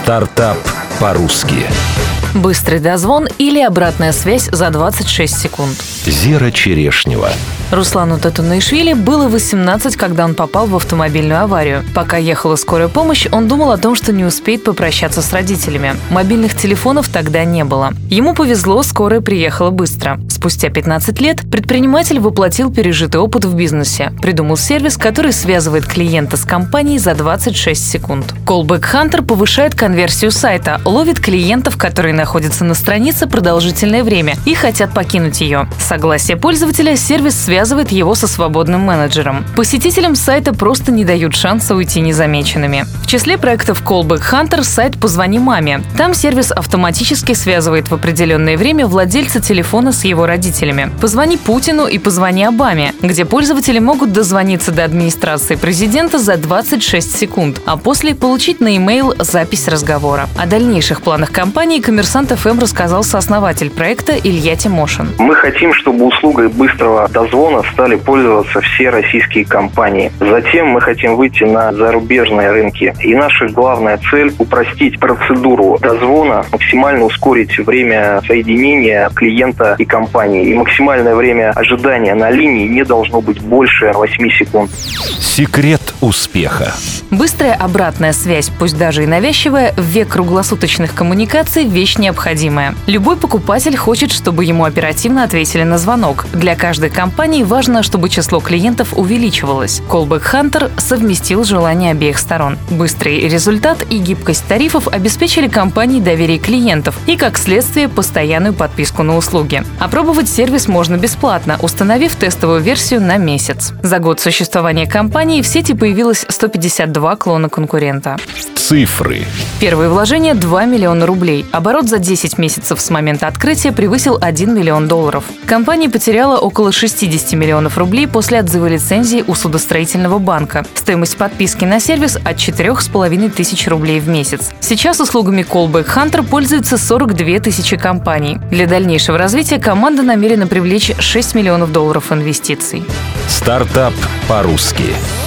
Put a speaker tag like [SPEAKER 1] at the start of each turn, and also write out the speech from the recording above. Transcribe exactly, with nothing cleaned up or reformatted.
[SPEAKER 1] Стартап по-русски.
[SPEAKER 2] Быстрый дозвон или обратная связь за двадцать шесть секунд.
[SPEAKER 1] Зера Черешнева.
[SPEAKER 2] Руслану Татунаишвили было восемнадцать, когда он попал в автомобильную аварию. Пока ехала скорая помощь, он думал о том, что не успеет попрощаться с родителями. Мобильных телефонов тогда не было. Ему повезло, скорая приехала быстро. Спустя пятнадцать лет предприниматель воплотил пережитый опыт в бизнесе. Придумал сервис, который связывает клиента с компанией за двадцать шесть секунд. Callback Hunter повышает конверсию сайта, ловит клиентов, которые находятся на странице продолжительное время и хотят покинуть ее. С согласия пользователя сервис связывает его со свободным менеджером. Посетителям сайта просто не дают шанса уйти незамеченными. В числе проектов Callback Hunter сайт «Позвони маме». Там сервис автоматически связывает в определенное время владельца телефона с его родителями. «Позвони Путину» и «Позвони Обаме», где пользователи могут дозвониться до администрации президента за двадцать шесть секунд, а после получить на e-mail запись разговора. О дальнейших планах компании «Коммерсант эф эм» рассказал сооснователь проекта Илья Тимошин.
[SPEAKER 3] Мы хотим, чтобы услугой быстрого дозвона стали пользоваться все российские компании. Затем мы хотим выйти на зарубежные рынки. И наша главная цель – упростить процедуру дозвона, максимально ускорить время соединения клиента и компании. И максимальное время ожидания на линии не должно быть больше восьми секунд.
[SPEAKER 1] Секрет успеха.
[SPEAKER 2] Быстрая обратная связь, пусть даже и навязчивая, в век круглосуточных коммуникаций – вещь необходимая. Любой покупатель хочет, чтобы ему оперативно ответили на звонок. Для каждой компании важно, чтобы число клиентов увеличивалось. Callback Hunter совместил желания обеих сторон. Быстрый результат и гибкость тарифов обеспечили компании доверие клиентов и, как следствие, постоянную подписку на услуги. Опробовать сервис можно бесплатно, установив тестовую версию на месяц. За год существования компании в сети появилось сто пятьдесят два клона конкурента.
[SPEAKER 1] Цифры.
[SPEAKER 2] Первые вложения – два миллиона рублей. Оборот за десять месяцев с момента открытия превысил один миллион долларов. Компания потеряла около шестьдесят миллионов рублей после отзыва лицензии у судостроительного банка. Стоимость подписки на сервис от четырех с половиной тысяч рублей в месяц. Сейчас услугами Callback Hunter пользуются сорок две тысячи компаний. Для дальнейшего развития команда намерена привлечь шесть миллионов долларов инвестиций.
[SPEAKER 1] Стартап по-русски.